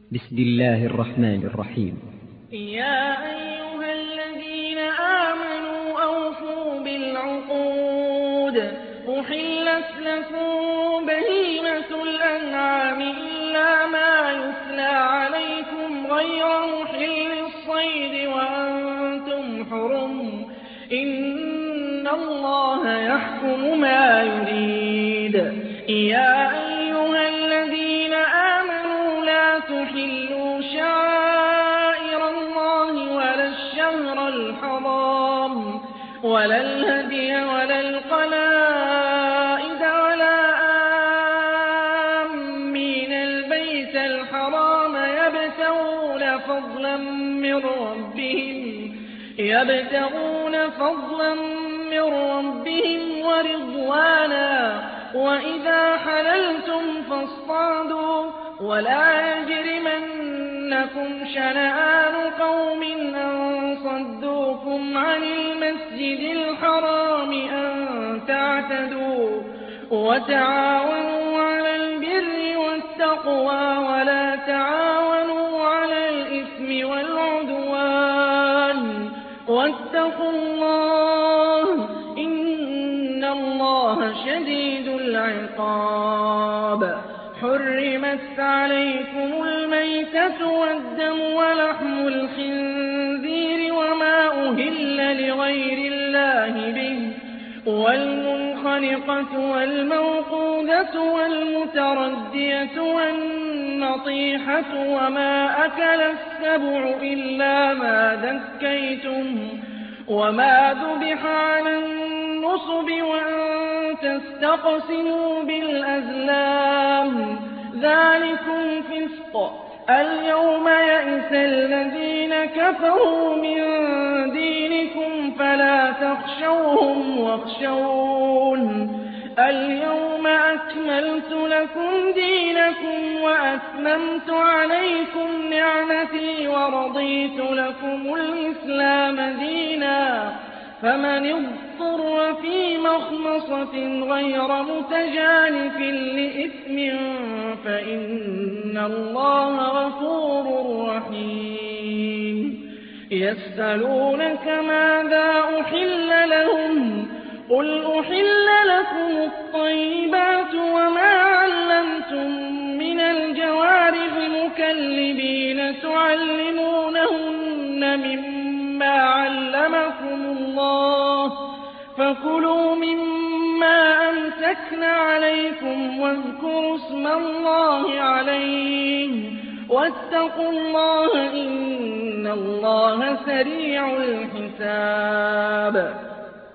بسم الله الرحمن الرحيم. يا أيها الذين آمنوا أوفوا بالعقود. أحلت لكم بهيمة الأنعام إلا ما يتلى عليكم غير محل الصيد وأنتم حرم. إن الله يحكم ما يريد. يا أيها الذين آمنوا لا تحلوا شعائر الله ولا الشهر الحرام ولا الهدي ولا القلائد ولا آمين البيت الحرام يبتغون فضلا من ربهم ورضوانا. وإذا حللتم فاصطادوا ولا يجرمنكم شنآن قوم أن صدوكم عن المسجد الحرام أن تعتدوا. وتعاونوا على البر والتقوى ولا تعاونوا على الإثم والعدوان. واتقوا الله إن الله شديد العقاب. حرمت عليكم الميتة والدم ولحم الخنزير وما أهل لغير الله به والمنخنقة والموقوذة والمتردية والنطيحة وما أكل السبع إلا ما ذكيتم وما ذبح على النصب وأن تستقسموا بالأزلام ذلكم فسق. اليوم يئس الذين كفروا من دينكم فلا تخشوهم واخشون. اليوم أكملت لكم دينكم وأتممت عليكم نعمتي ورضيت لكم الإسلام دينا. فمن اضطر في مخمصة غير متجانف لإثم فإن الله غفور رحيم. يسألونك ماذا أحل لهم قل أحل لكم الطيبات وما علمتم من الجوارح مكلبين تعلمونهن مما علمكم الله فكلوا مما أمسكن عليكم واذكروا اسم الله عليه واتقوا الله إن الله سريع الحساب.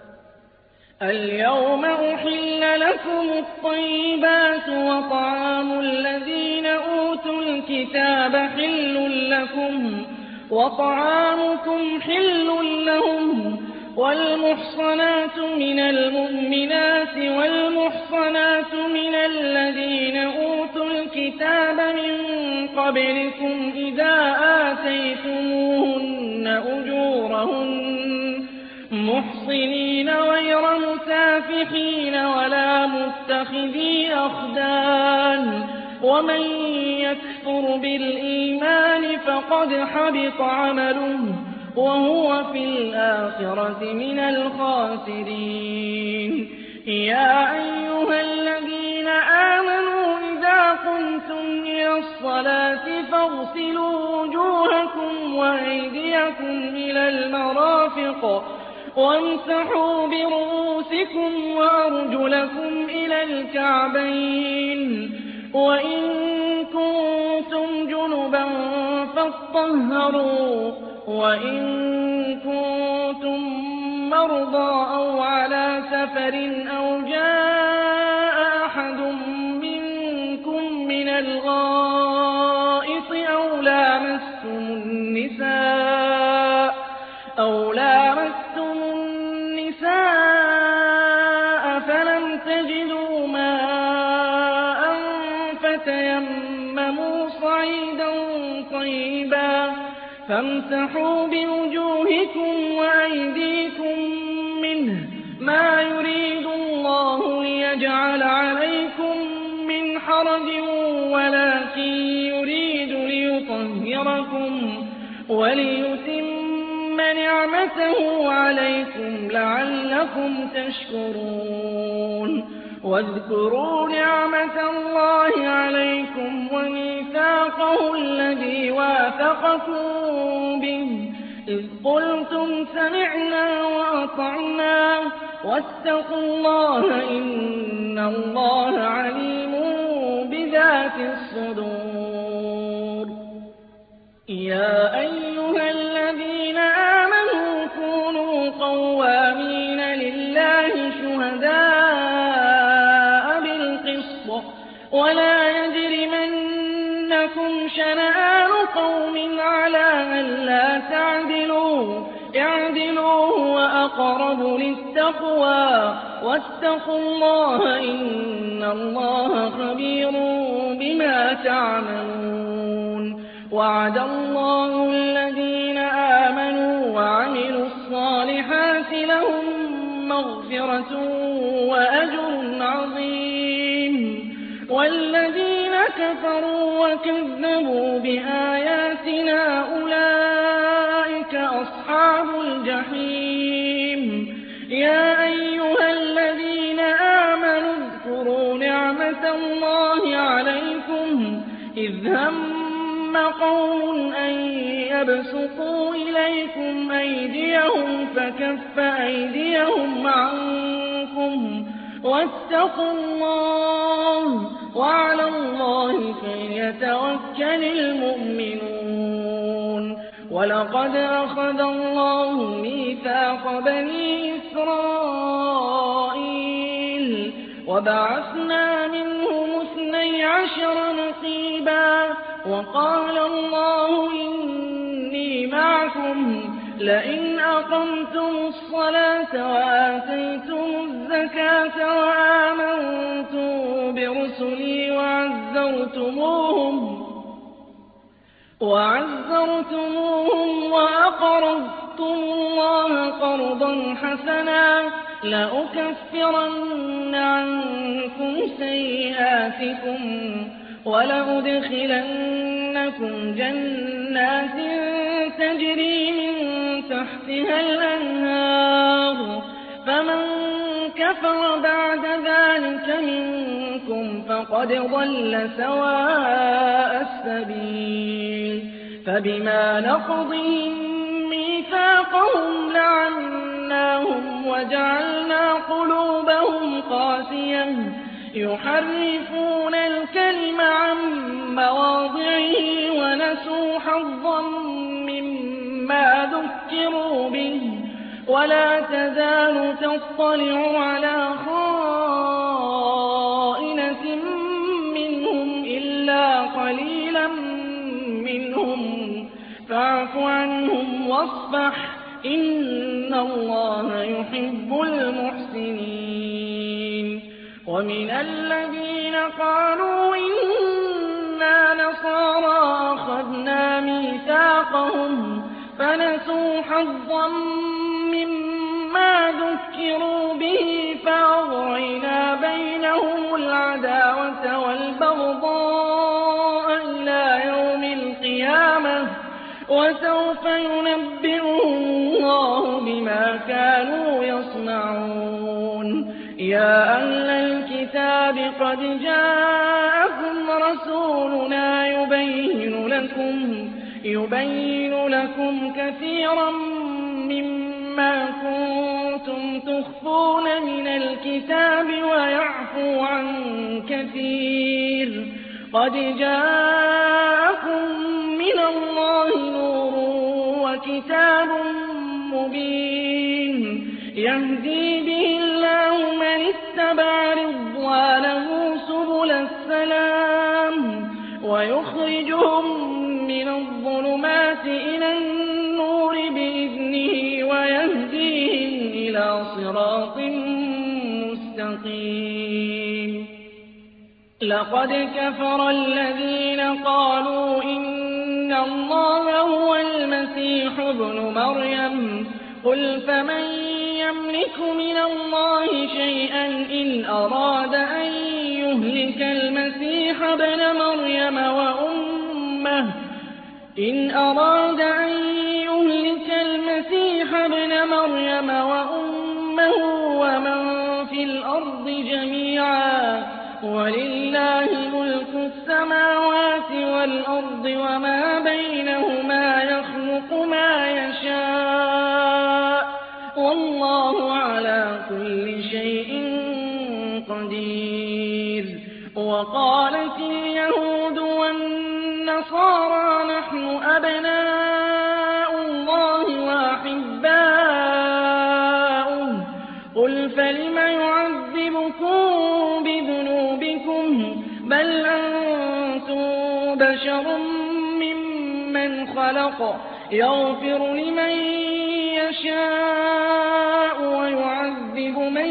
اليوم أحل لكم الطيبات وطعام الذين أوتوا الكتاب حل لكم وطعامكم حل لهم. والمحصنات من المؤمنات والمحصنات من الذين أوتوا الكتاب من قبلكم إذا آتيتموهن أجورهن محصنين غير مسافحين ولا متخذي أخدان. ومن يكفر بالإيمان فقد حبط عمله وهو في الآخرة من الخاسرين. يا أيها الذين آمنوا إذا قمتم إلى الصلاة فاغسلوا وجوهكم وأيديكم إلى المرافق وامسحوا برؤوسكم وأرجلكم إلى الكعبين وإن كنتم جنبا فاطهروا وإن كنتم مرضى أو على سفر أو جاء أحد منكم من الغائط أو لامستم النساء فلم تجدوا ماء فتيمموا صعيدا طيبا فامسحوا بوجوهكم وأيديكم منه ما يريد الله ليجعل عليكم من حرج ولكن يريد ليطهركم ليطهركم وليتم نعمته عليكم لعلكم تشكرون واذكروا نعمة الله عليكم وميثاقه الذي واثقكم به إذ قلتم سمعنا وأطعنا واتقوا الله إن الله عليم بذات الصدور يا أيها الذين آمنوا كونوا قوامين لله شهداء بالقسط ولا يجرمنكم شنآن قوم على ألا تعدلوا اعدلوا هو أقرب للتقوى واتقوا الله إن الله خبير بما تعملون وعد الله الذين آمنوا وعملوا الصالحات لهم مغفرة وأجر عظيم والذين كفروا وكذبوا بآياتنا أولئك أصحاب الجحيم يا أيها الذين آمنوا اذكروا نعمة الله عليكم إذ هم قوم أن يبسطوا إليكم أيديهم فكف أيديهم عنكم واتقوا الله وعلى الله فليتوكل المؤمنون ولقد أخذ الله ميثاق بني إسرائيل وبعثنا منهم 12 نقيبا وقال الله إني معكم لئن أقمتم الصلاة وآتيتم الزكاة وآمنتم برسلي وعزرتموهم وأقرضتم الله قرضا حسنا لأكفرن عنكم سيئاتكم ولأدخلنكم جنات تجري من تحتها الأنهار فمن كفر بعد ذلك منكم فقد ضل سواء السبيل فبما نقضهم ميثاقهم لعناهم وجعلنا قلوبهم قاسية يحرفون الكلم عن مواضعه ونسوا حظا مما ذكروا به ولا تزال تطلع على خائنة منهم إلا قليلا منهم فاعف عنهم واصفح إن الله يحب المحسنين ومن الذين قالوا إنا نصارى أخذنا ميثاقهم فنسوا حظا مما ذكروا به فأغرينا بينهم العداوة والبغضاء إلى يوم القيامة وسوف ينبئهم الله بما كانوا يصنعون يا أهل الكتاب قد جاءكم رسولنا يبين لكم كثيرا مما كنتم تخفون من الكتاب ويعفو عن كثير قد جاءكم من الله نور وكتاب مبين يهدي به الله من اتبع رضوانه سبل السلام ويخرجهم من الظلمات إلى النور بإذنه ويهديهم إلى صراط مستقيم لقد كفر الذين قالوا إن الله هو المسيح ابن مريم قل فمن يملك من الله شيئا إن أراد أن يهلك المسيح ابن مريم إن أراد أن يهلك المسيح ابن مريم وأمه ومن في الأرض جميعا ولله ملك السماوات والأرض وما بينهما يخلق ما يشاء والله على كل شيء قدير. وقالت اليهود والنصارى نحن أبناء الله وأحباؤه قل فلم يعذبكم بذنوبكم بل أنتم بشر ممن خلق يغفر لمن يشاء ويعذب من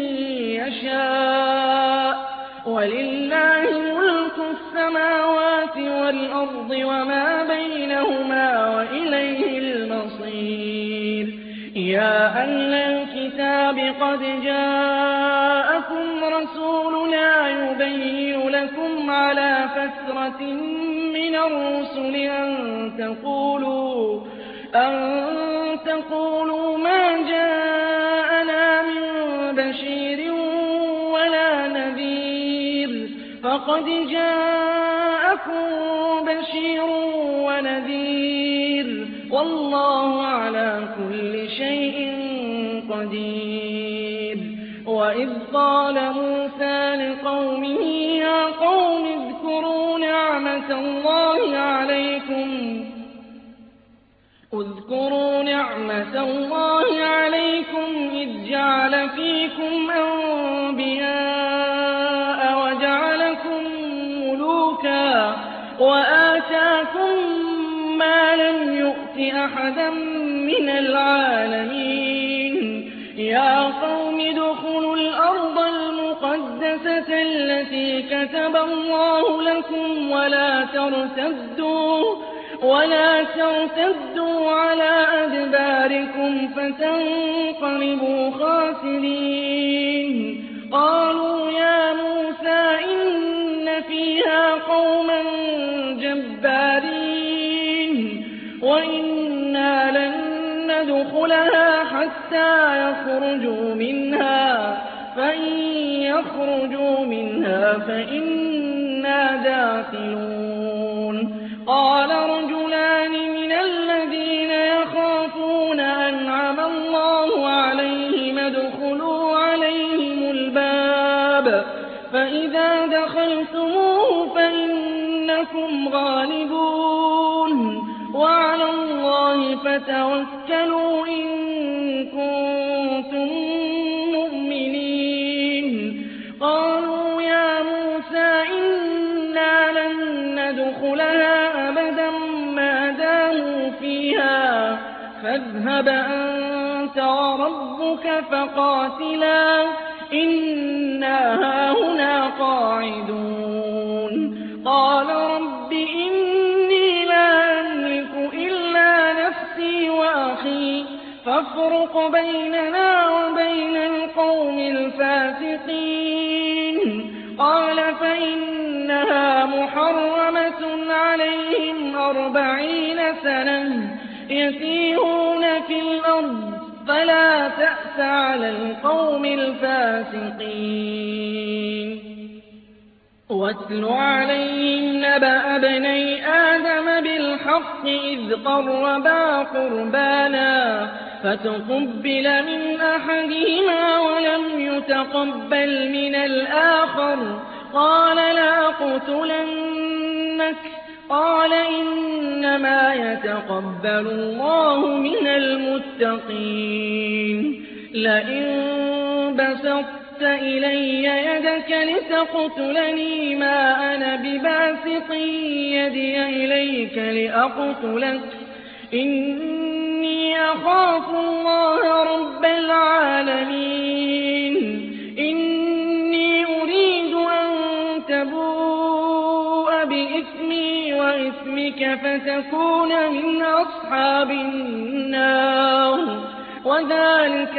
يشاء ولله ملك السماوات والأرض وما بينهما وإليه المصير. يا أهل الكتاب قد جاءكم رسولنا يبين لكم على فترة من الرسل أن تقولوا ما جاءنا من بشير ولا نذير فقد جاءكم بشير ونذير والله على كل شيء قدير. وإذ قال موسى لقومه يا قوم اذكروا نعمة الله عليكم إذ جعل فيكم أنبياء وجعلكم ملوكا وآتاكم ما لم يؤت أحدا من العالمين. يا قوم ادخلوا الأرض المقدسة التي كتب الله لكم ولا ترتدوا على أدباركم فتنقلبوا خاسرين. قالوا يا موسى إن فيها قوما جبارين وإنا لن ندخلها حتى يخرجوا منها فإن يخرجوا منها فإنا داخلون. قال رجلان من الذين يخافون أنعم الله عليهم ادخلوا عليهم الباب فإذا دخلتموه فإنكم غالبون وعلى الله فتوكلوا إن كنتم مؤمنين. قالوا يا موسى إنا لن ندخلها أبدا ما داموا فيها فاذهب أنت وربك فقاتلا إنا هاهنا قاعدون. قال رب إني لا أملك إلا نفسي وأخي فافرق بيننا وبين القوم الفاسقين. قال فإنها محرمة عليهم 40 سنة يتيهون في الأرض فلا تأس على القوم الفاسقين. واتل عليهم نبأ ابني آدم بالحق إذ قربا قربانا فتقبل من أحدهما ولم يتقبل من الآخر قال لأقتلنك قال إنما يتقبل الله من المتقين. لئن بسطت إلي يدك لتقتلني ما أنا بباسط يدي إليك لأقتلك إني أخاف الله رب العالمين. إني أريد أن تبوء بإثمي وإثمك فتكون من أصحاب النار وذلك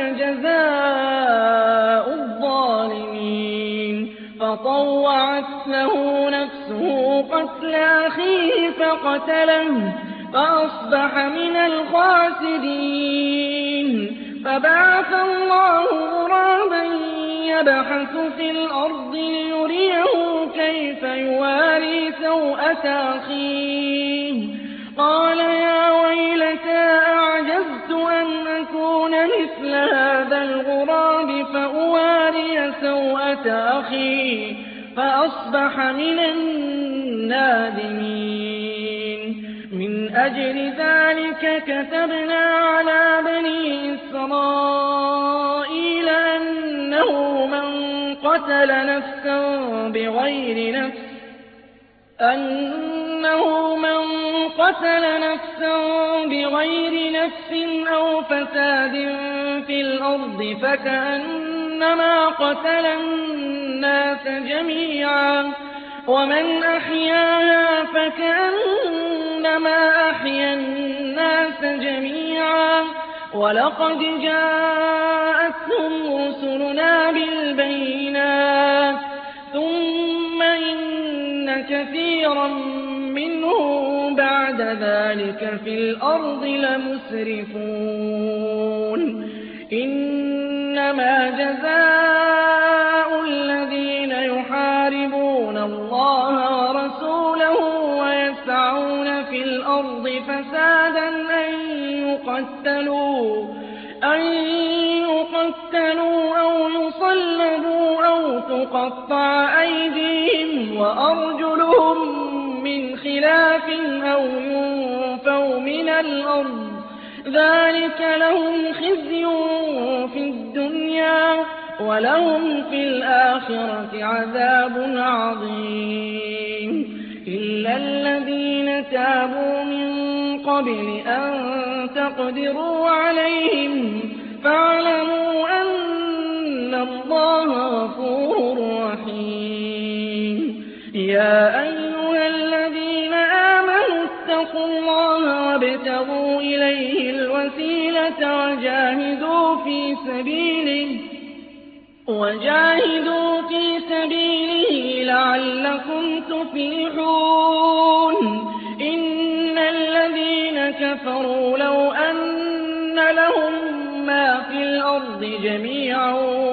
جزاء الظالمين. فطوعت له نفسه قتل أخيه فقتله فأصبح من الخاسرين. فبعث الله غرابا يبحث في الأرض ليريه كيف يواري سوءة أخيه قال يا ويلتى أعجزت أن أكون مثل هذا الغراب فأواري سوءة أخي فأصبح من النادمين. من أجل ذلك كتبنا على بني إسرائيل أنه من قتل نفسا بغير نفس أو فساد في الأرض فكأنما قتل الناس جميعا ومن أحياها فكأنما أحيا الناس جميعا ولقد جاءتهم رسلنا بالبينات ثم إن كثيرا منهم بعد ذلك في الأرض لمسرفون. إنما جزاء الذين يحاربون الله ورسوله ويسعون في الأرض فسادا أن يقتلوا أو يصلبوا أو تقطع أيديهم وأرجلهم من خلاف أو ينفوا من الأرض ذلك لهم خزي في الدنيا ولهم في الآخرة عذاب عظيم. إلا الذين تابوا من قبل أن تقدروا عليهم فاعلموا أن الله غفور رحيم. يا أيها الذين آمنوا اتقوا الله وابتغوا إليه الوسيلة وجاهدوا في سبيله لعلكم تفلحون. إن الذين كفروا لو أن لهم ما في الأرض جميعا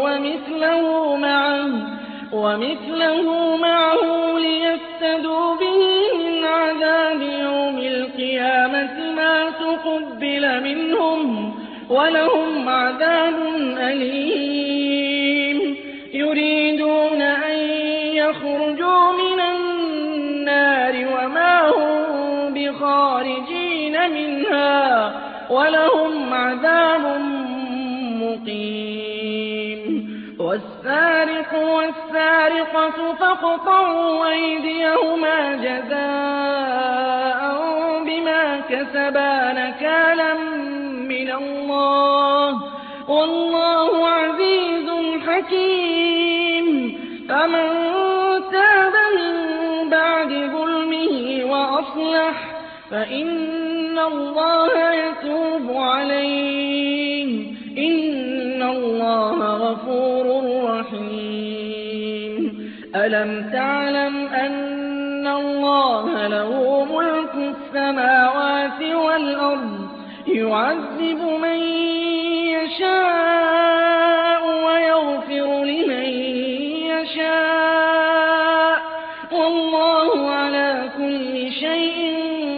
ومثله معه ليفتدوا به من عذاب يوم القيامة ما تقبل منهم ولهم عذاب أليم. يريدون أن يخرجوا من النار وما هم بخارجين منها ولهم عذاب مقيم. والسارق والسارقة فاقطعوا أيديهما جزاء بما كسبا نكالا من الله والله عزيز حكيم. فمن تاب من بعد ظلمه وأصلح فإن الله يتوب عليه إن الله غفور رحيم. ألم تعلم أن الله له ملك السماوات والأرض يعذب من يشاء ويغفر لمن يشاء والله على كل شيء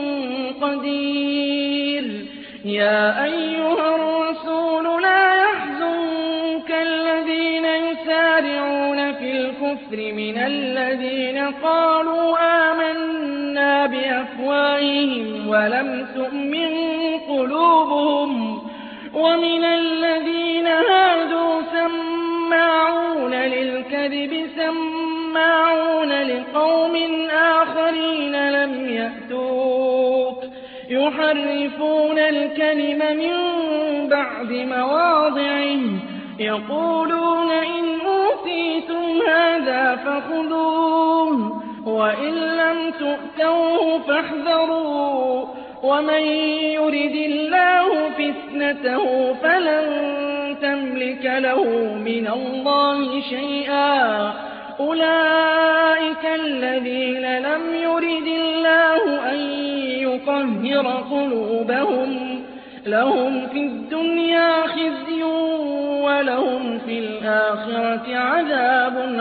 قدير. يا أيها الرسول لا يحزنك الذين يسارعون في الكفر من الذين قالوا آمنا بأفواههم ولم تؤمن قلوبهم ومن الذين هادوا سماعون للكذب سماعون لقوم آخرين لم يأتوك يحرفون الكلم من بعد مواضعه يقولون إن أوتيتم هذا فخذوه وإن لم تؤتوه فاحذروا ومن يرد الله فتنته فلن تملك له من الله شيئا. أولئك الذين لم يرد الله أن ليطهر قلوبهم لهم في الدنيا خزي ولهم في الآخرة عذاب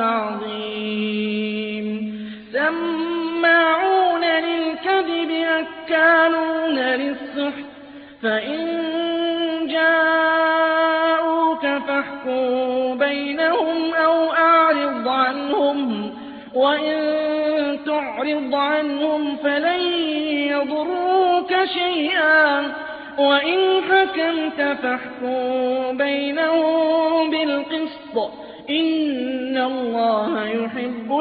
عظيم سماعون للكذب أكالون للسحت فإن جاءوك فاحكم بينهم أو أعرض عنهم وإن تعرض عنهم فلن يضروك شيئا وإن حكمت فاحكم بينهم بالقسط إن الله يحب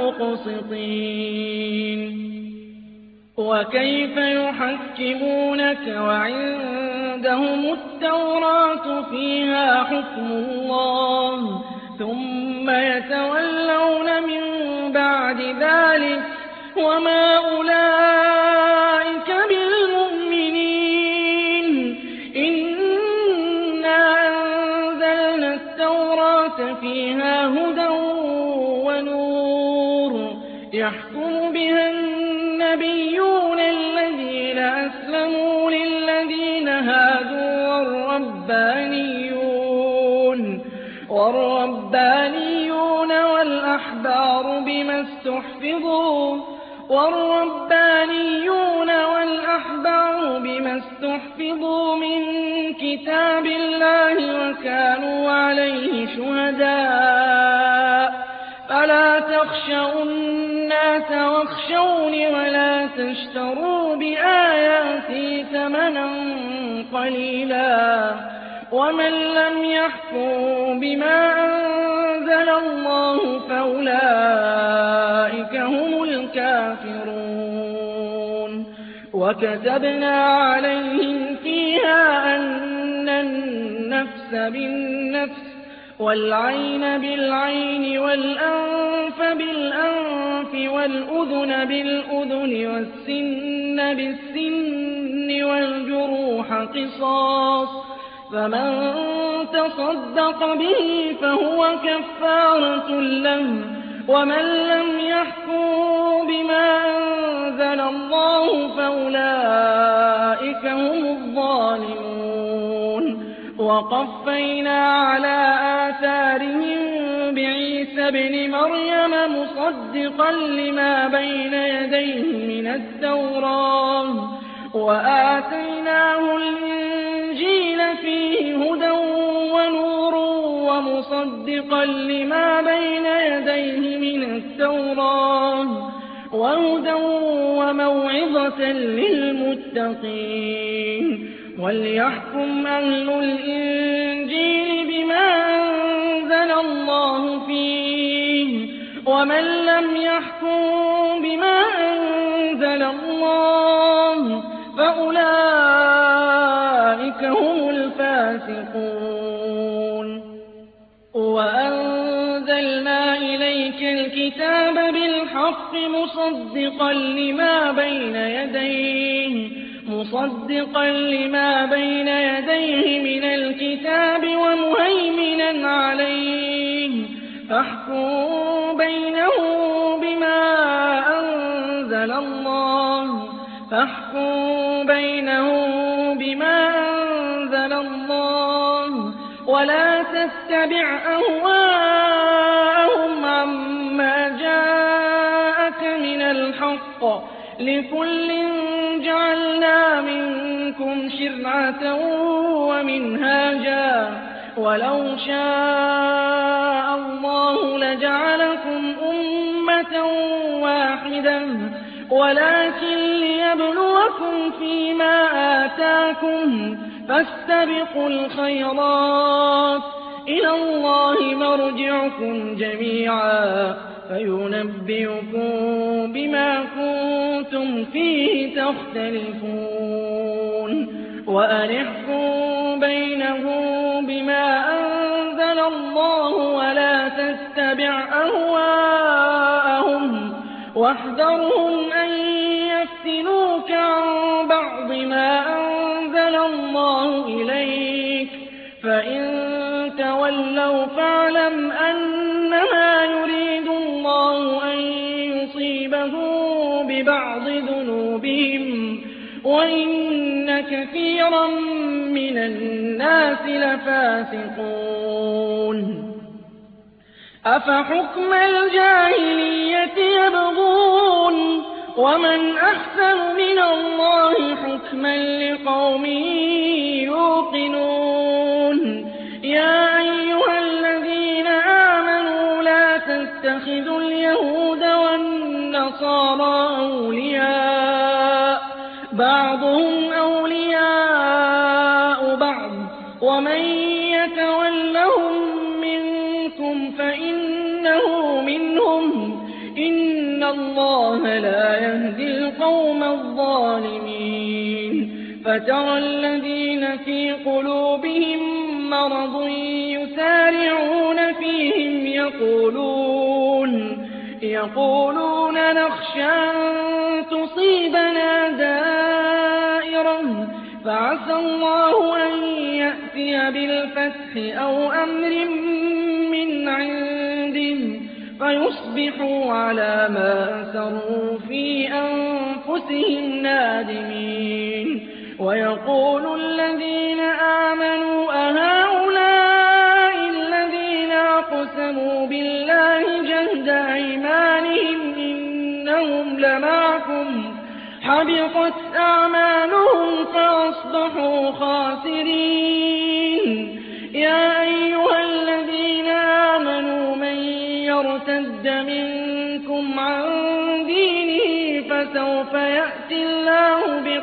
المقسطين وكيف يحكمونك وعندهم التوراة فيها حكم الله ثم يتولون من بعد ذلك وما أولئك بالمؤمنين إنا أنزلنا التوراة فيها هدى ونور يحكم بها النبيون الذين أسلموا للذين هادوا والربانيون والأحبار بما استحفظوا من كتاب الله وكانوا عليه شهداء فلا تخشوا الناس واخشوني ولا تشتروا بآياتي ثمنا قليلا ومن لم يحكم بما أنزل الله فأولئك هم الكافرون وكتبنا عليهم فيها أن النفس بالنفس والعين بالعين والأنف بالأنف والأذن بالأذن والسن بالسن والجروح قصاص فمن تصدق به فهو كفارة له ومن لم يحكم بما أنزل الله فأولئك هم الظالمون وقفينا على آثارهم بعيسى ابن مريم مصدقا لما بين يديه من التوراة وآتيناه الإنجيل فيه هدى ونور ومصدقا لما بين يديه من التوراة وهدى وموعظة للمتقين وليحكم أهل الإنجيل بما أنزل الله فيه ومن لم يحكم بما أنزل الله فأولئك هم الفاسقون وأنزلنا إليك الكتاب بالحق مصدقا لما بين يديه من الكتاب ومهيمنا عليه فاحكم بينهم بما أنزل الله ولا تتبع أهواءهم عما جاءك من الحق لكل جعلنا منكم شرعة ومنهاجا ولو شاء الله لجعلكم أمة واحدة ولكن ليبلوكم فيما آتاكم فاستبقوا الخيرات إلى الله مرجعكم جميعا فينبئكم بما كنتم فيه تختلفون وأنحكم بينهم بما أنزل الله ولا تتبع أهواءهم واحذرهم أن يفتنوك عن بعض ما أنزل الله إليك فإن تولوا فاعلم أنما يريد الله أن يصيبهم ببعض ذنوبهم وَإِنَّ كَثِيرًا مِّنَ النَّاسِ لَفَاسِقُونَ أَفَحُكْمَ الْجَاهِلِيَّةِ يَبْغُونَ وَمَنْ أَحْسَنُ مِنَ اللَّهِ حُكْمًا لِّقَوْمٍ يُوقِنُونَ يَا أَيُّهَا الَّذِينَ آمَنُوا لَا تَتَّخِذُوا الْيَهُودَ وَالنَّصَارَىٰ أَوْلِيَاءَ بَعْضُهُمْ أَوْلِيَاءُ بَعْضٍ وَمَن يَتَوَلَّهُم مِّنكُمْ فَإِنَّهُ مِنْهُمْ ۗ إِنَّ اللَّهَ لَا يَهْدِي الْقَوْمَ الظَّالِمِينَ فَتَرَى الَّذِينَ فِي قُلُوبِهِم مَّرَضٌ يُسَارِعُونَ فِيهِمْ يَقُولُونَ نَخْشَىٰ أَن تُصِيبَنَا دَائِرَةٌ فَعَسَى اللَّهُ أَن يَأْتِيَ بِالْفَتْحِ أَوْ أَمْرٍ مِّنْ عِندِهِ فَيُصْبِحُوا عَلَىٰ مَا أَسَرُّوا فِي أَنفُسِهِمْ نَادِمِينَ وَيَقُولُ الَّذِينَ آمَنُوا أَهَٰؤُلَاءِ الَّذِينَ أَقْسَمُوا بِاللَّهِ جَهْدَ أَيْمَانِهِمْ إِنَّهُمْ لَمَعَكُمْ حَبِطَتْ أَعْمَالُهُمْ فَأَصْبَحُوا خَاسِرِينَ يَا أَيُّهَا الَّذِينَ آمَنُوا مَن يَرْتَدَّ مِنكُمْ عَن دِينِهِ فَسَوْفَ يَأْتِي اللَّهُ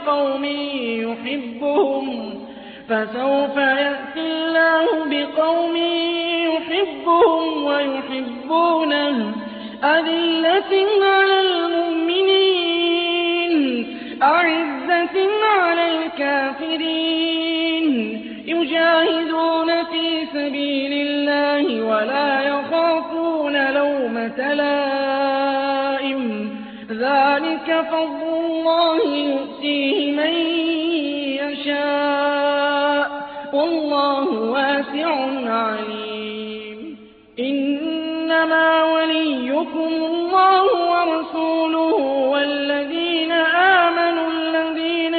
بِقَوْمٍ يُحِبُّهُمْ وَيُحِبُّونَهُ أَذِلَّةٍ عَلَى الْمُؤْمِنِينَ أَعِزَّةٍ عَلَى الْكَافِرِينَ يُجَاهِدُونَ فِي سَبِيلِ اللَّهِ وَلَا يَخَافُونَ لَوْمَةَ لَائِمٍ ذَٰلِكَ فَضْلُ اللَّهِ يُؤْتِيهِ مَن يَشَاءُ ۚ وَاللَّهُ وَاسِعٌ عَلِيمٌ إِنَّمَا وَلِيُّكُمُ اللَّهُ وَرَسُولُهُ وَالَّذِينَ آمَنُوا الَّذِينَ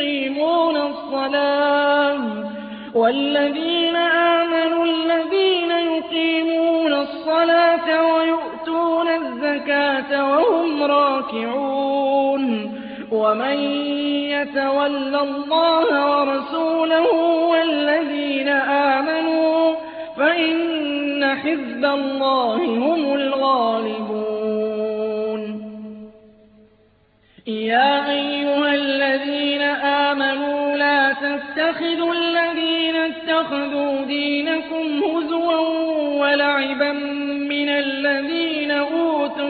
يُقِيمُونَ الصَّلَاةَ وَيُؤْتُونَ الزَّكَاةَ وَهُمْ رَاكِعُونَ وَمَن يَتَوَلَّ اللَّهَ وَرَسُولَهُ وَالَّذِينَ آمَنُوا فَإِنَّ حِزْبَ اللَّهِ هُمُ الْغَالِبُونَ يَا أَيُّهَا الَّذِينَ آمَنُوا لَا تَتَّخِذُوا الَّذِينَ اتَّخَذُوا دِينَكُمْ هُزُوًا وَلَعِبًا مِّنَ الَّذِينَ أُوتُوا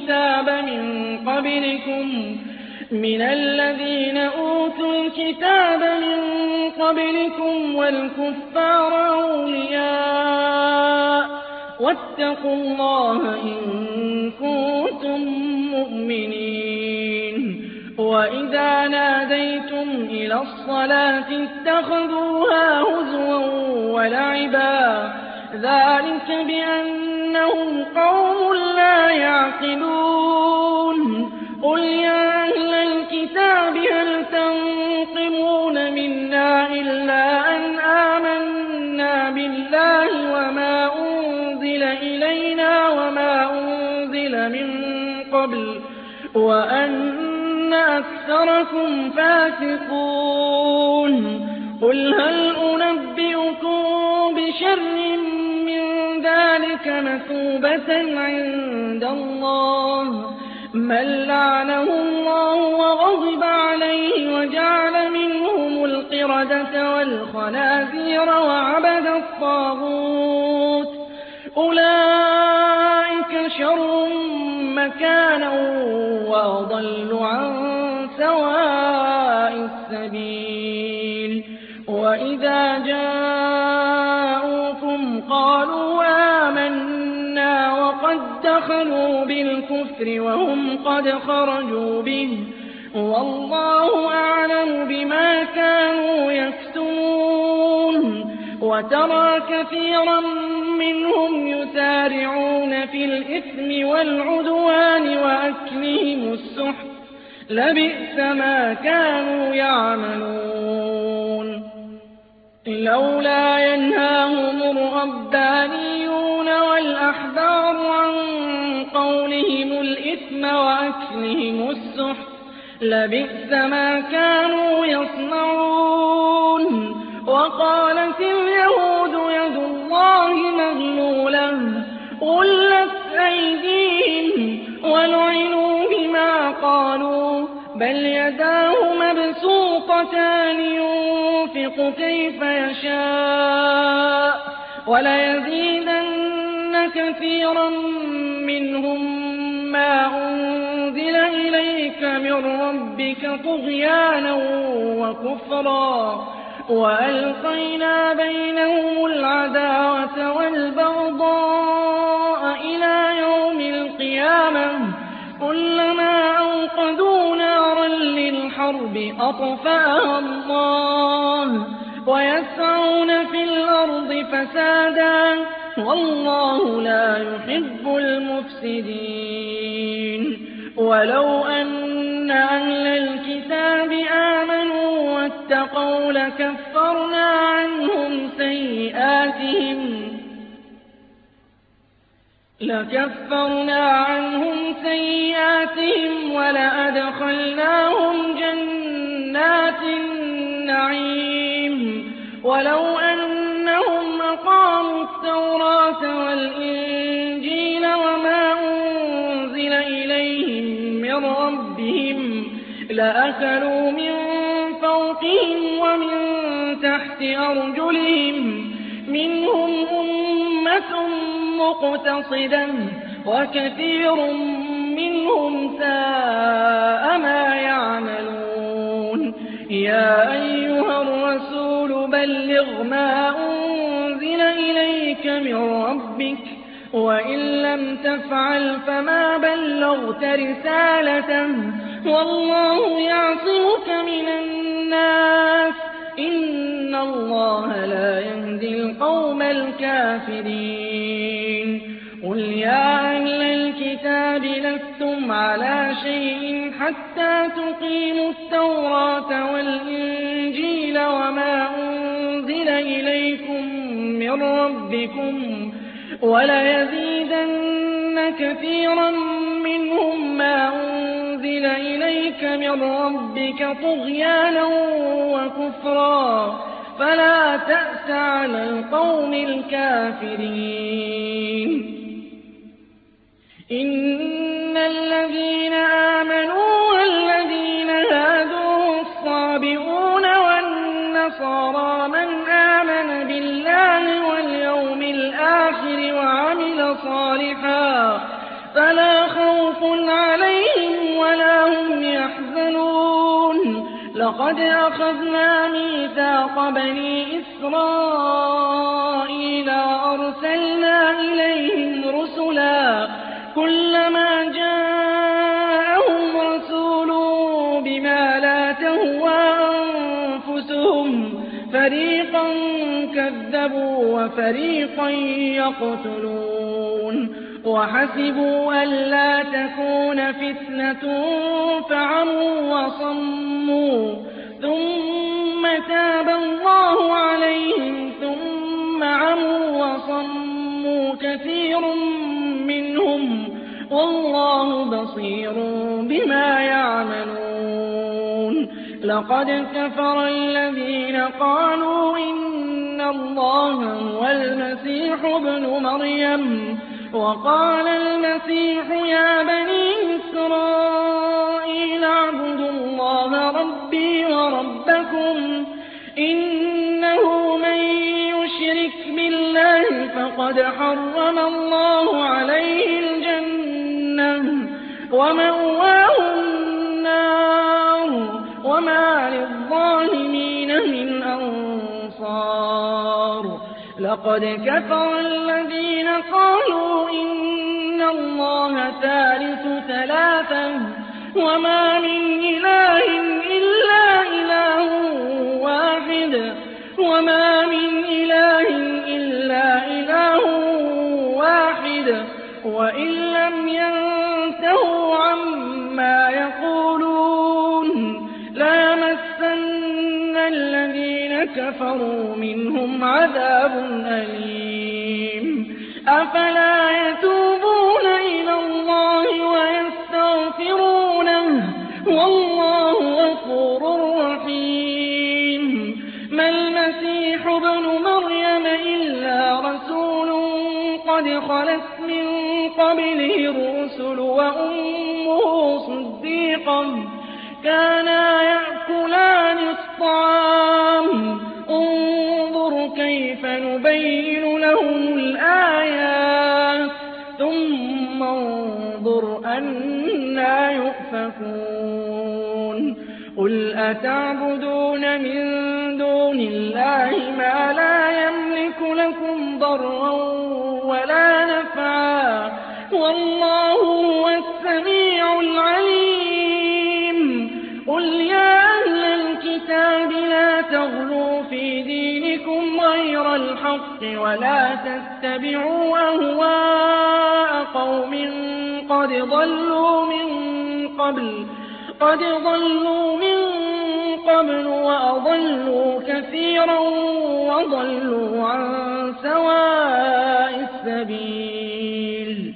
الْكِتَابَ مِن قَبْلِكُمْ وَالْكُفَّارَ أَوْلِيَاءَ ۚ وَاتَّقُوا اللَّهَ إِن كُنتُم مُّؤْمِنِينَ وَإِذَا نَادَيْتُمْ إِلَى الصَّلَاةِ اتَّخَذُوهَا هُزُوًا وَلَعِبًا ۚ ذَٰلِكَ بِأَنَّهُمْ قَوْمٌ لَّا يَعْقِلُونَ قُلْ يَا أَهْلَ الْكِتَابِ هَلْ تَنقِمُونَ مِنَّا إِلَّا أَنْ آمَنَّا بِاللَّهِ وَمَا أُنزِلَ إِلَيْنَا وَمَا أُنزِلَ مِن قَبْلُ وَأَنَّ أَكْثَرَكُمْ فَاسِقُونَ قُلْ هَلْ أُنَبِّئُكُم بِشَرٍّ مِّن ذَٰلِكَ مَثُوبَةً عِندَ اللَّهِ مَن لَّعَنَهُ اللَّهُ وَغَضِبَ عَلَيْهِ وَجَعَلَ مِنْهُمُ الْقِرَدَةَ وَالْخَنَازِيرَ وَعَبَدَ الطَّاغُوتَ ۚ أُولَٰئِكَ شَرٌّ مَّكَانًا وَأَضَلُّ عَن سَوَاءِ السَّبِيلِ وَإِذَا جَاءُوكُمْ قَالُوا آمَنَّا وَقَد دَّخَلُوا بِالْكُفْرِ وَهُمْ قَدْ خَرَجُوا بِهِ ۚ وَاللَّهُ أَعْلَمُ بِمَا كَانُوا يَكْتُمُونَ وَتَرَىٰ كَثِيرًا مِّنْهُمْ يُسَارِعُونَ فِي الْإِثْمِ وَالْعُدْوَانِ وَأَكْلِهِمُ السُّحْتَ ۚ لبئس ما كانوا يعملون لولا ينهاهم الربانيون والأحبار عن قولهم الإثم وأكلهم السحت لبئس ما كانوا يصنعون وقالت اليهود يد الله مغلولة غلت أيديهم ولعنوا بما قالوا بل يداه مبسوطتان ينفق كيف يشاء وليزيدن كثيرا منهم ما أنزل إليك من ربك طغيانا وكفرا وألقينا بينهم العداوة والبغضاء إلى يوم القيامة كلما أوقدوا نارا للحرب أطفأها الله ويسعون في الأرض فسادا والله لا يحب المفسدين ولو أن أهل الكتاب آمنوا واتقوا لكفرنا عنهم سيئاتهم ولأدخلناهم جنات النعيم ولو أنهم أقاموا التوراة والإنجيل وما أنزل إليهم من ربهم لأكلوا من فوقهم ومن تحت أرجلهم منهم أمة مقتصدة وكثير منهم ساء ما يعملون يا أيها الرسول بلغ ما أنزل إليك من ربك وإن لم تفعل فما بلغت رسالته والله يعصمك من الناس إن الله لا يهدي القوم الكافرين قل يا أهل الكتاب لستم على شيء حتى تقيموا التوراة والإنجيل وما أنزل إليكم من ربكم وليزيدن كثيرا منهم ما أنزل إليك من ربك طغيانا وكفرا فلا تأس على القوم الكافرين إن الذين آمنوا والذين هادوا والصابئون والنصارى من آمن بالله واليوم الآخر وعمل صالحا فلا خوف عليهم ولا هم يحزنون لقد أخذنا ميثاق بني إسرائيل وأرسلنا إليهم رسلا كلما جاءهم رسول بما لا تهوى أنفسهم فريقا كذبوا وفريقا يقتلون وحسبوا ألا تكون فتنة فعموا وصموا ثم تاب الله عليهم ثم عموا وصموا كثير منهم والله بصير بما يعملون لقد كفر الذين قالوا إن الله هو المسيح ابن مريم وقال المسيح يا بني إسرائيل اعبدوا الله ربي وربكم إنه من يشرك بالله فقد حرم الله عليه الجنة ومأواه النار وما للظالمين من أنصار لقد كفر الذين قالوا إن الله ثالث ثلاثة وما من إله إلا إله واحد وما من إله إلا إله واحد وإن لم ينتهوا عما يقولون الَّذِينَ كَفَرُوا مِنْهُمْ عَذَابٌ أَلِيمٌ أَفَلَا يَتُوبُونَ إِلَى اللَّهِ وَيَسْتَغْفِرُونَهُ وَاللَّهُ غَفُورٌ رَّحِيمٌ مَا الْمَسِيحُ ابْنُ مَرْيَمَ إِلَّا رَسُولٌ قَدْ خَلَتْ مِن قَبْلِهِ الرُّسُلُ وَأُمُّهُ صِدِّيقَةٌ كَانَا يَأْكُلَانِ الطَّعَامَ انظُرْ كَيْفَ نُبَيِّنُ لَهُمُ الْآيَاتِ ثُمَّ انظُرْ أَنَّىٰ يُؤْفَكُونَ قُلْ أَتَعْبُدُونَ مِن دُونِ اللَّهِ مَا لَا يَمْلِكُ لَكُمْ ضَرًّا وَلَا نَفْعًا وَاللَّهُ هُوَ السَّمِيعُ الْعَلِيمُ قُلْ يَا أَهْلَ الْكِتَابِ لَا تَغْلُوا فِي دِينِكُمْ غَيْرَ الْحَقِّ وَلَا تَتَّبِعُوا أَهْوَاءَ قَوْمٍ قَدْ ضَلُّوا مِن قَبْلُ وَأَضَلُّوا كَثِيرًا وَضَلُّوا عَن سَوَاءِ السَّبِيلِ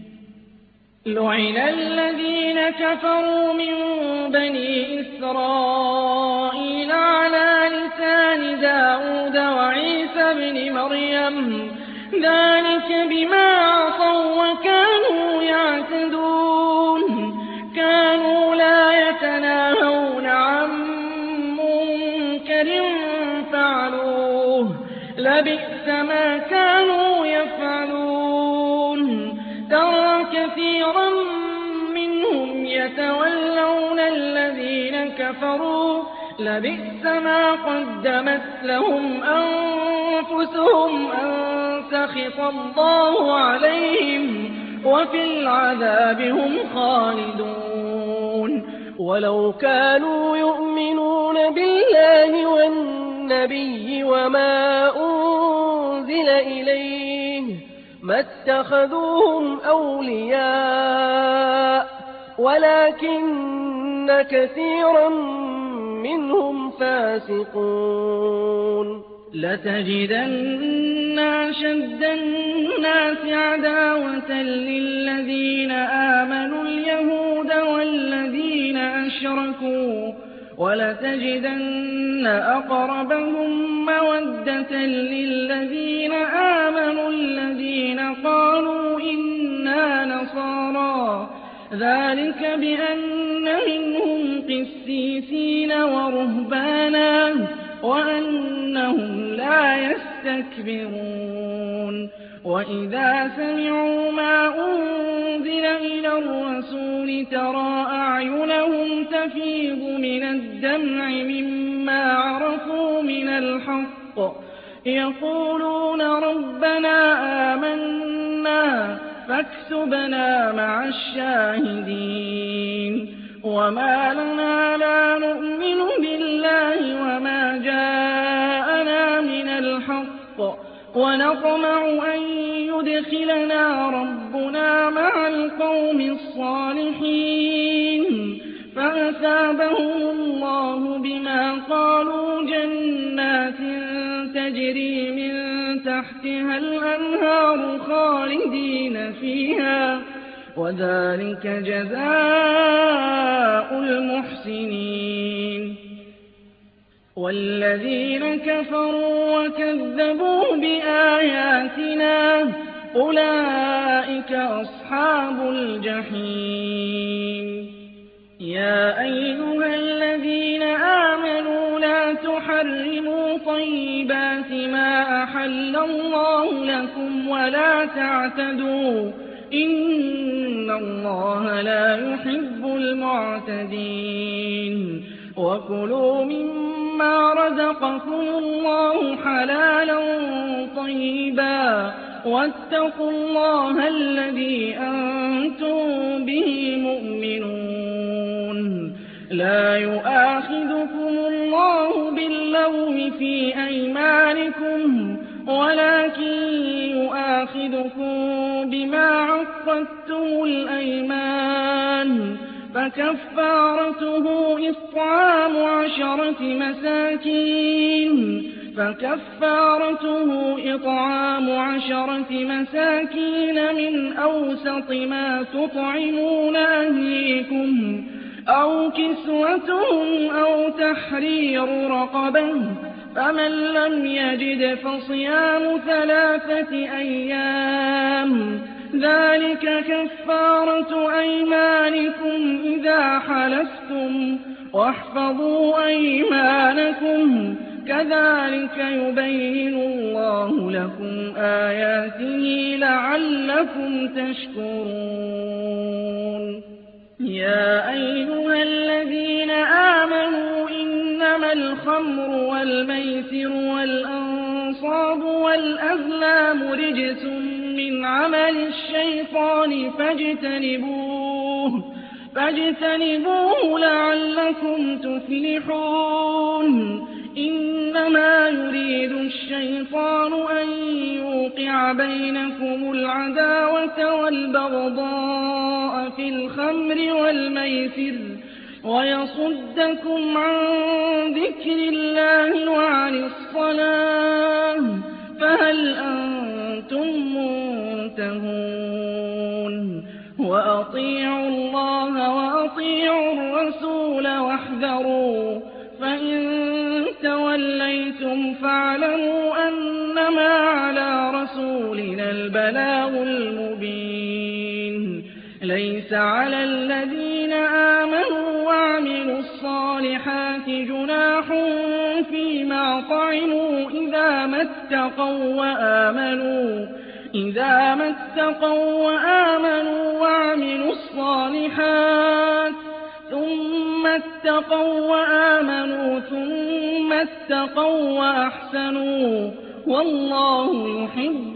لُعِنَ الَّذِينَ كَفَرُوا مِن بَنِي إِسْرَائِيلَ عَلَىٰ لِسَانِ دَاوُودَ وَعِيسَى ابْنِ مَرْيَمَ ذَٰلِكَ بِمَا عَصَوا وَّكَانُوا يَعْتَدُونَ كَانُوا لَا يَتَنَاهَوْنَ عَن مُّنكَرٍ فَعَلُوهُ لَبِئْسَ مَا كَانُوا يَفْعَلُونَ تَرَىٰ كَثِيرًا مِّنْهُمْ يَتَوَلَّوْنَ الَّذِينَ كَفَرُوا لَبِئْسَ مَا قَدَّمَتْ لَهُمْ أَنفُسُهُمْ أَن سَخِطَ اللَّهُ عَلَيْهِمْ وَفِي الْعَذَابِ هُمْ خَالِدُونَ وَلَوْ كَانُوا يُؤْمِنُونَ بِاللَّهِ وَالنَّبِيِّ وَمَا أُنزِلَ إِلَيْهِ مَا اتَّخَذُوهُمْ أَوْلِيَاءَ وَلَٰكِنَّ كَثِيرًا مِّنْهُمْ فَاسِقُونَ لَتَجِدَنَّ أَشَدَّ النَّاسِ عَدَاوَةً لِّلَّذِينَ آمَنُوا الْيَهُودَ وَالَّذِينَ أَشْرَكُوا وَلَتَجِدَنَّ أَقْرَبَهُم مَّوَدَّةً لِّلَّذِينَ آمَنُوا الَّذِينَ قَالُوا إِنَّا نَصَارَىٰ ذَٰلِكَ بِأَنَّ مِنْهُمْ قِسِّيسِينَ وَرُهْبَانًا وَأَنَّهُمْ لَا يَسْتَكْبِرُونَ وَإِذَا سَمِعُوا مَا أُنزِلَ إِلَى الرَّسُولِ تَرَىٰ أَعْيُنَهُمْ تَفِيضُ مِنَ الدَّمْعِ مِمَّا عَرَفُوا مِنَ الْحَقِّ يَقُولُونَ رَبَّنَا آمَنَّا فَاكْتُبْنَا مَعَ الشَّاهِدِينَ وَمَا لَنَا لَا نُؤْمِنُ بِاللَّهِ وَمَا جَاءَنَا مِنَ الْحَقِّ وَنَطْمَعُ أَن يُدْخِلَنَا رَبُّنَا مَعَ الْقَوْمِ الصَّالِحِينَ فَأَثَابَهُمُ اللَّهُ بِمَا قَالُوا جَنَّاتٍ تَجْرِي مِن تَحْتِهَا الْأَنْهَارُ خَالِدِينَ فِيهَا وَذَٰلِكَ جَزَاءُ الْمُحْسِنِينَ وَالَّذِينَ كَفَرُوا وَكَذَّبُوا بِآيَاتِنَا أُولَٰئِكَ أَصْحَابُ الْجَحِيمِ يَا أَيُّهَا الَّذِينَ آمَنُوا لَا تُحَرِّمُوا طَيِّبَاتِ مَا أَحَلَّ اللَّهُ لَكُمْ وَلَا تَعْتَدُوا إِنَّ اللَّهَ لَا يُحِبُّ الْمُعْتَدِينَ وَكُلُوا مِمَّا رَزَقَكُمُ اللَّهُ حَلَالًا طَيِّبًا وَاتَّقُوا اللَّهَ الَّذِي أَنتُم بِهِ مُؤْمِنُونَ لَا يُؤَاخِذُكُمُ اللَّهُ بِاللَّغْوِ فِي أَيْمَانِكُمْ وَلَٰكِن يُؤَاخِذُكُم بِمَا عَقَّدتُّمُ الْأَيْمَانَ فكفارته إطعام 10 مساكين من أوسط ما تطعمون أهليكم أو كسوتهم أو تحرير رقبة، فمن لم يجد فصيام 3 أيام، ذلك كفارة أيمانكم إذا حلفتم، واحفظوا أيمانكم، كذلك يبين الله لكم آياته لعلكم تشكرون. يا أيها الذين آمنوا إنما الخمر والميسر والأنصاب والأزلام رجس من عمل الشيطان فاجتنبوه لعلكم تفلحون. إنما يريد الشيطان أن يوقع بينكم العداوة والبغضاء في الخمر والميسر ويصدكم عن ذكر الله وعن الصلاة، فهل أنتم منتهون؟ وأطيعوا الله وأطيعوا الرسول واحذروا، فإن توليتم فاعلموا أنما على رسولنا البلاغ المبين. ليس على الذين آمنوا وعملوا الصالحات جناح فيما طعموا إذا ما اتقوا وآمنوا وعملوا الصالحات ثم اتقوا وأحسنوا، والله يحب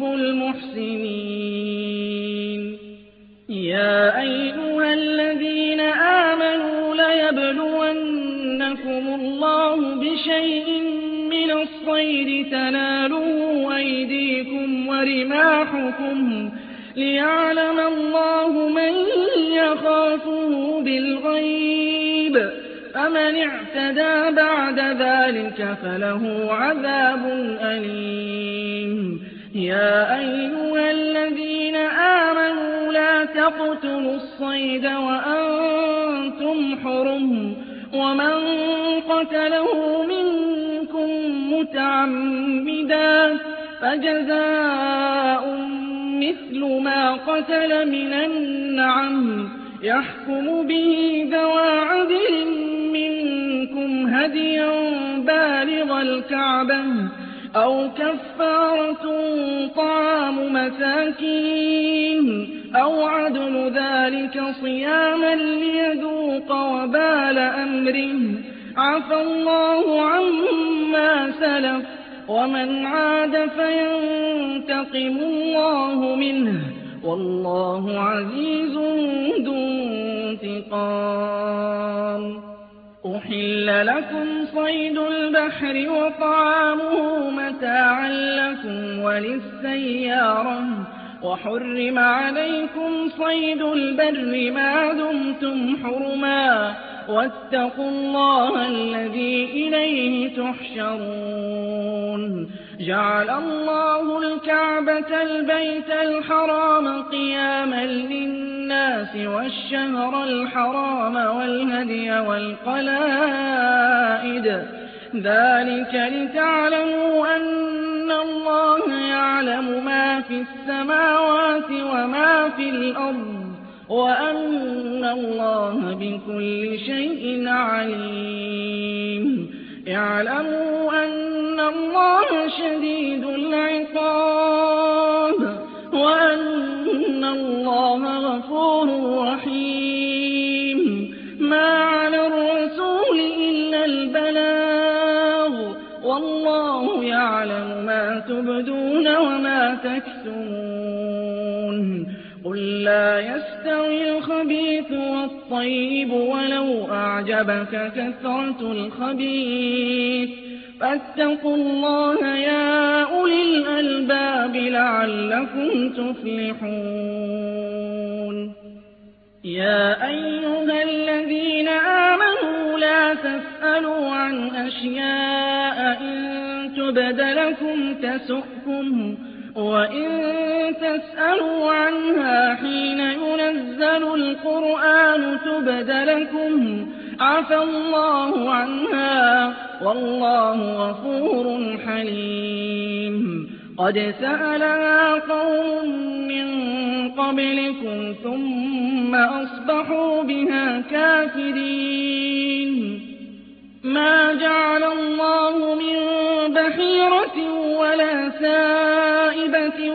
المحسنين. يا أيها الذين آمنوا ليبلونكم الله بشيء من الصيد تناله أيديكم ورماحكم، ليعلم الله من يخافه بالغيب، فمن اعتدى بعد ذلك فله عذاب أليم. يا أيها الذين آمنوا لا تقتلوا الصيد وأنتم حرم، ومن قتله منكم متعمدا فجزاء مثل ما قتل من النعم، يحكم به ذوى عدل منكم هديا بالغ الكعبة، أو كفارة طعام مساكين أو عدل ذلك صياما ليذوق وبال أمره، عفى الله عما سلف، ومن عاد فينتقم الله منه، والله عزيز ذو انتقام. أحل لكم صيد البحر وطعامه متاعا لكم وللسيارة، وحرم عليكم صيد البر ما دمتم حرما، واتقوا الله الذي إليه تحشرون. جعل الله الكعبة البيت الحرام قياما للناس والشهر الحرام والهدي والقلائد، ذلك لتعلموا أن الله يعلم ما في السماوات وما في الأرض، وأن الله بكل شيء عليم. اعلموا أن الله شديد العقاب، وأن الله غفور رحيم. ما على الرسول إلا البلاغ، والله يعلم ما تبدون وما تكتمون. قل لا يستوي الخبيث والطيب ولو أعجبك كثرة الخبيث، فاتقوا الله يا أولي الألباب لعلكم تفلحون. يا أيها الذين آمنوا لا تسألوا عن أشياء إن تبد لكم تسؤكم وإن تسألوا عنها حين ينزل القرآن تبد لكم عفى الله عنها والله غفور حليم. قد سألها قوم من قبلكم ثم أصبحوا بها كافرين. ما جعل الله من بحيرة ولا سائبة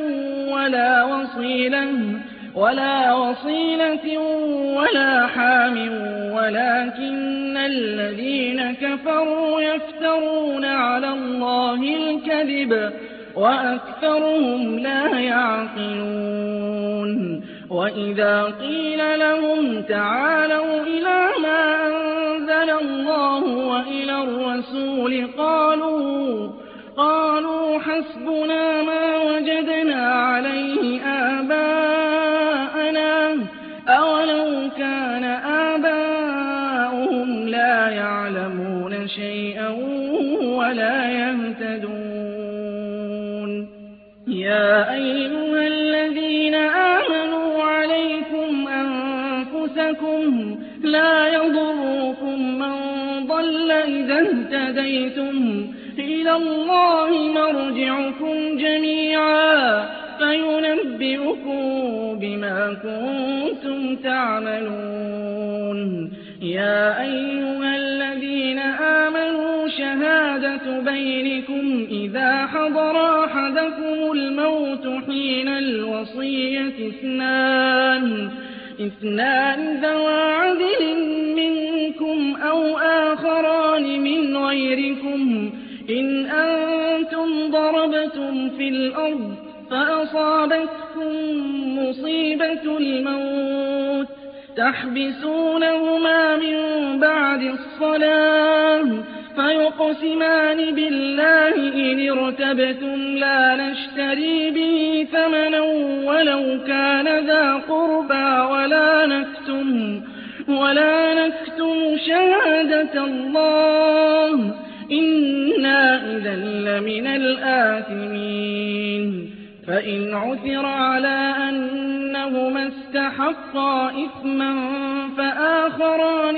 ولا وصيلة ولا حام ولكن الذين كفروا يفترون على الله الكذب وأكثرهم لا يعقلون. وإذا قيل لهم تعالوا إلى ما أنزل الله وإلى الرسول قالوا حسبنا ما وجدنا عليه آباءنا أولو كان آباؤهم لا يعلمون شيئا ولا يهتدون. يا أيها الذين آمنوا عليكم أنفسكم لا يضركم من ضل إذا اهتديتم إلى الله مرجعكم جميعا فينبئكم بما كنتم تعملون. يا أيها الذين آمنوا شهادة بينكم إذا حضر أحدكم الموت حين الوصية اثنان ذوى عدل منكم أو آخران من غيركم إن أنتم ضربتم في الأرض فأصابتكم مصيبة الموت تحبسونهما من بعد الصلاة فيقسمان بالله إن ارتبتم لا نشتري به ثمنا ولو كان ذا قربى ولا نكتم شهادة الله إنا إذا لمن الآثمين. فإن عثر على أنهما استحقا إثما فآخران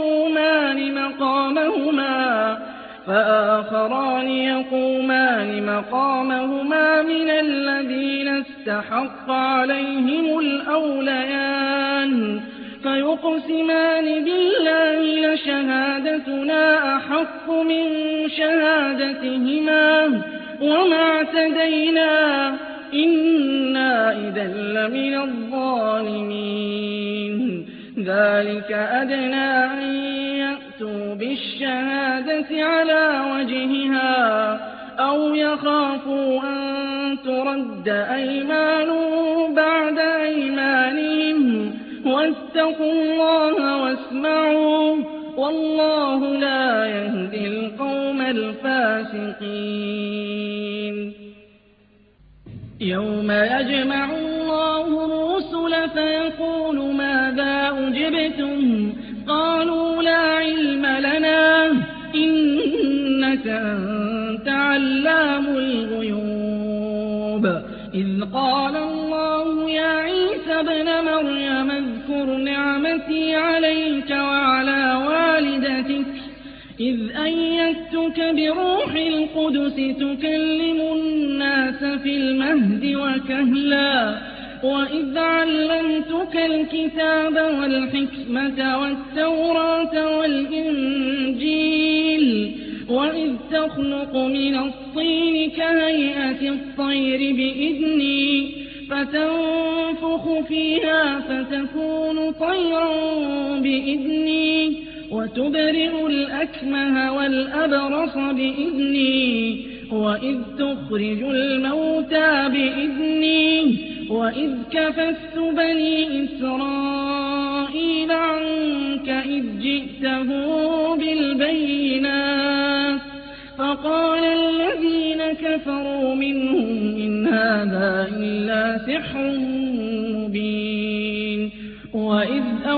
يقومان مقامهما من الذين استحق عليهم الأوليان فيقسمان بالله لشهادتنا أحق من شهادتهما وما اعتدينا إنا إذا لمن الظالمين. ذلك أدنى أن يأتوا بالشهادة على وجهها أو يخافوا أن ترد أيمان بعد أيمانهم واتقوا الله واسمعوا والله لا يهدي القوم الفاسقين. يوم يجمع الله الرسل فيقول ماذا أجبتم قالوا لا علم لنا إنك أنت علام الغيوب. إذ قال الله يا عيسى ابن مريم اذكر نعمتي عليك وعلى والدتك إذ أيدتك بروح القدس تكلم الناس في المهد وكهلا وإذ علمتك الكتاب والحكمة والتوراة والإنجيل وإذ تخلق من الطين كهيئة الطير بإذني فتنفخ فيها فتكون طيرا بإذني وتبرئ الأكمه والأبرص بإذني وإذ تخرج الموتى بإذني وإذ كففت بني إسرائيل عنك إذ جئتهم بالبينات فقال الذين كفروا منهم إن هذا إلا سحر مبين. وإذ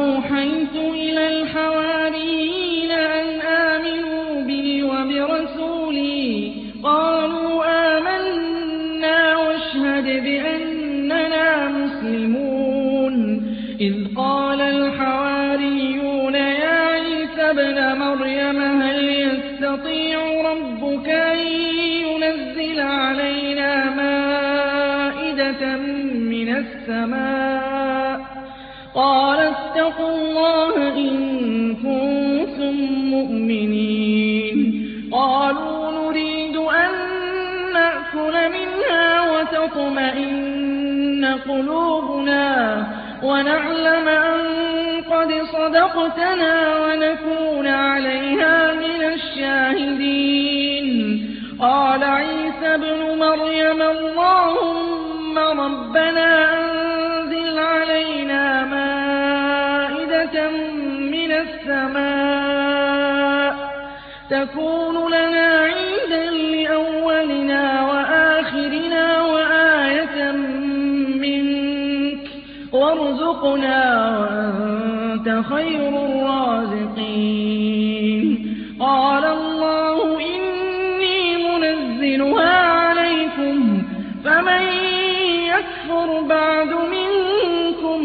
قُلْتُ إِلَى الْحَوَارِيِّينَ أَنْ آمِنُوا بِي وَبِرَسُولِي قَالُوا آمَنَّا واشهد بِأَنَّنَا مُسْلِمُونَ إِذْ قَالَ الْحَوَارِيُّونَ يَا عِيسَى ابْنَ مَرْيَمَ هَلْ يَسْتَطِيعُ رَبُّكَ أَن يُنَزِّلَ عَلَيْنَا مَائِدَةً مِّنَ السَّمَاءِ ۖ قَالَ اتَّقُوا اللَّهَ إِن كُنتُم مُّؤْمِنِينَ قَالُوا نُرِيدُ أَن نَّأْكُلَ مِنْهَا وَتَطْمَئِنَّ قُلُوبُنَا وَنَعْلَمَ أَن قَدْ صَدَقْتَنَا وَنَكُونَ عَلَيْهَا مِنَ الشَّاهِدِينَ قَالَ عِيسَى ابْنُ مَرْيَمَ اللَّهُمَّ رَبَّنَا أَنزِلْ عَلَيْنَا مَائِدَةً مِّنَ السَّمَاءِ تَكُونُ لَنَا عِيدًا لِّأَوَّلِنَا وَآخِرِنَا وَآيَةً مِّنكَ وَارْزُقْنَا وَأَنتَ خَيْرُ الرَّازِقِينَ قَالَ اللَّهُ إِنِّي مُنَزِّلُهَا عَلَيْكُمْ فَمَن يَكْفُرْ بَعْدُ مِنكُمْ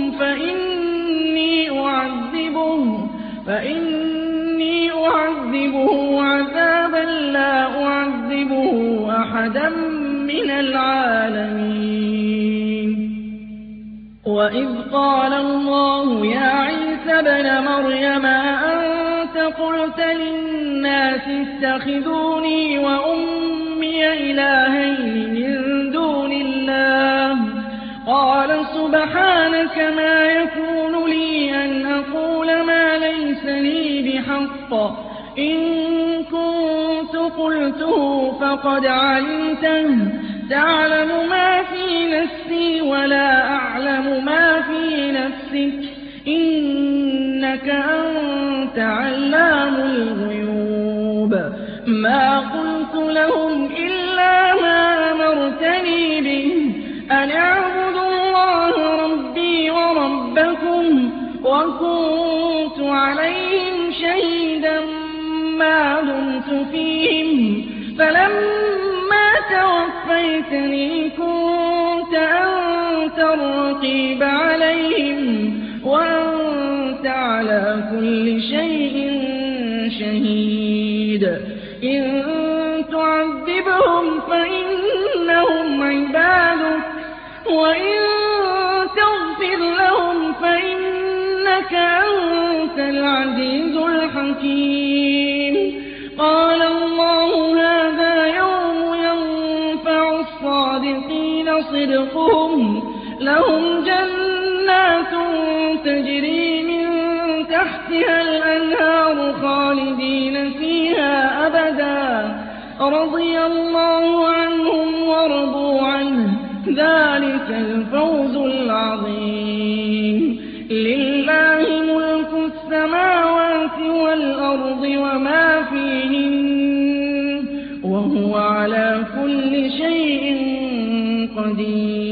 فَإِنِّي أُعَذِّبُهُ عَذَابًا لَّا أُعَذِّبُهُ أَحَدًا مِّنَ الْعَالَمِينَ وَإِذْ قَالَ اللَّهُ يَا عِيسَى ابْنَ مَرْيَمَ أَأَنتَ قُلْتَ لِلنَّاسِ اتَّخِذُونِي وَأُمِّيَ إِلَٰهَيْنِ مِن دُونِ اللَّهِ ۖ قَالَ سُبْحَانَكَ مَا يَكُونُ لِي أَنْ أَقُولَ مَا لَيْسَ لِي بِحَقٍّ ۚ إِن كُنتُ قُلْتُهُ فَقَدْ عَلِمْتَهُ ۚ تَعْلَمُ مَا فِي نَفْسِي وَلَا أَعْلَمُ مَا فِي نَفْسِكَ ۚ إِنَّكَ أَنتَ عَلَّامُ الْغُيُوبِ مَا قُلْتُ لَهُمْ إِلَّا مَا أَمَرْتَنِي بِهِ أَنِ اعْبُدُوا اللَّهَ رَبِّي وَرَبَّكُمْ ۚ وَكُنتُ عَلَيْهِمْ شَهِيدًا مَّا دُمْتُ فِيهِمْ ۖ فَلَمَّا تَوَفَّيْتَنِي كُنتَ أَنتَ الرَّقِيبَ عَلَيْهِمْ ۚ وَأَنتَ عَلَىٰ كُلِّ شَيْءٍ شَهِيدٌ إِن تُعَذِّبْهُمْ فَإِنَّهُمْ عِبَادُكَ ۖ وَإِن تَغْفِرْ لَهُمْ فَإِنَّكَ أَنتَ الْعَزِيزُ الْحَكِيمُ قَالَ اللَّهُ هَٰذَا يَوْمُ يَنفَعُ الصَّادِقِينَ صِدْقُهُمْ ۚ لَهُمْ جَنَّاتٌ تَجْرِي مِن تَحْتِهَا الْأَنْهَارُ خَالِدِينَ فِيهَا أَبَدًا ۖ رَّضِيَ اللَّهُ عَنْهُمْ وَرَضُوا عَنْهُ ۚ ذَٰلِكَ الْفَوْزُ الْعَظِيمُ لِلَّهِ مُلْكُ السَّمَاوَاتِ وَالْأَرْضِ وَمَا فِيهِنَّ ۚ وَهُوَ عَلَىٰ كُلِّ شَيْءٍ قَدِيرٌ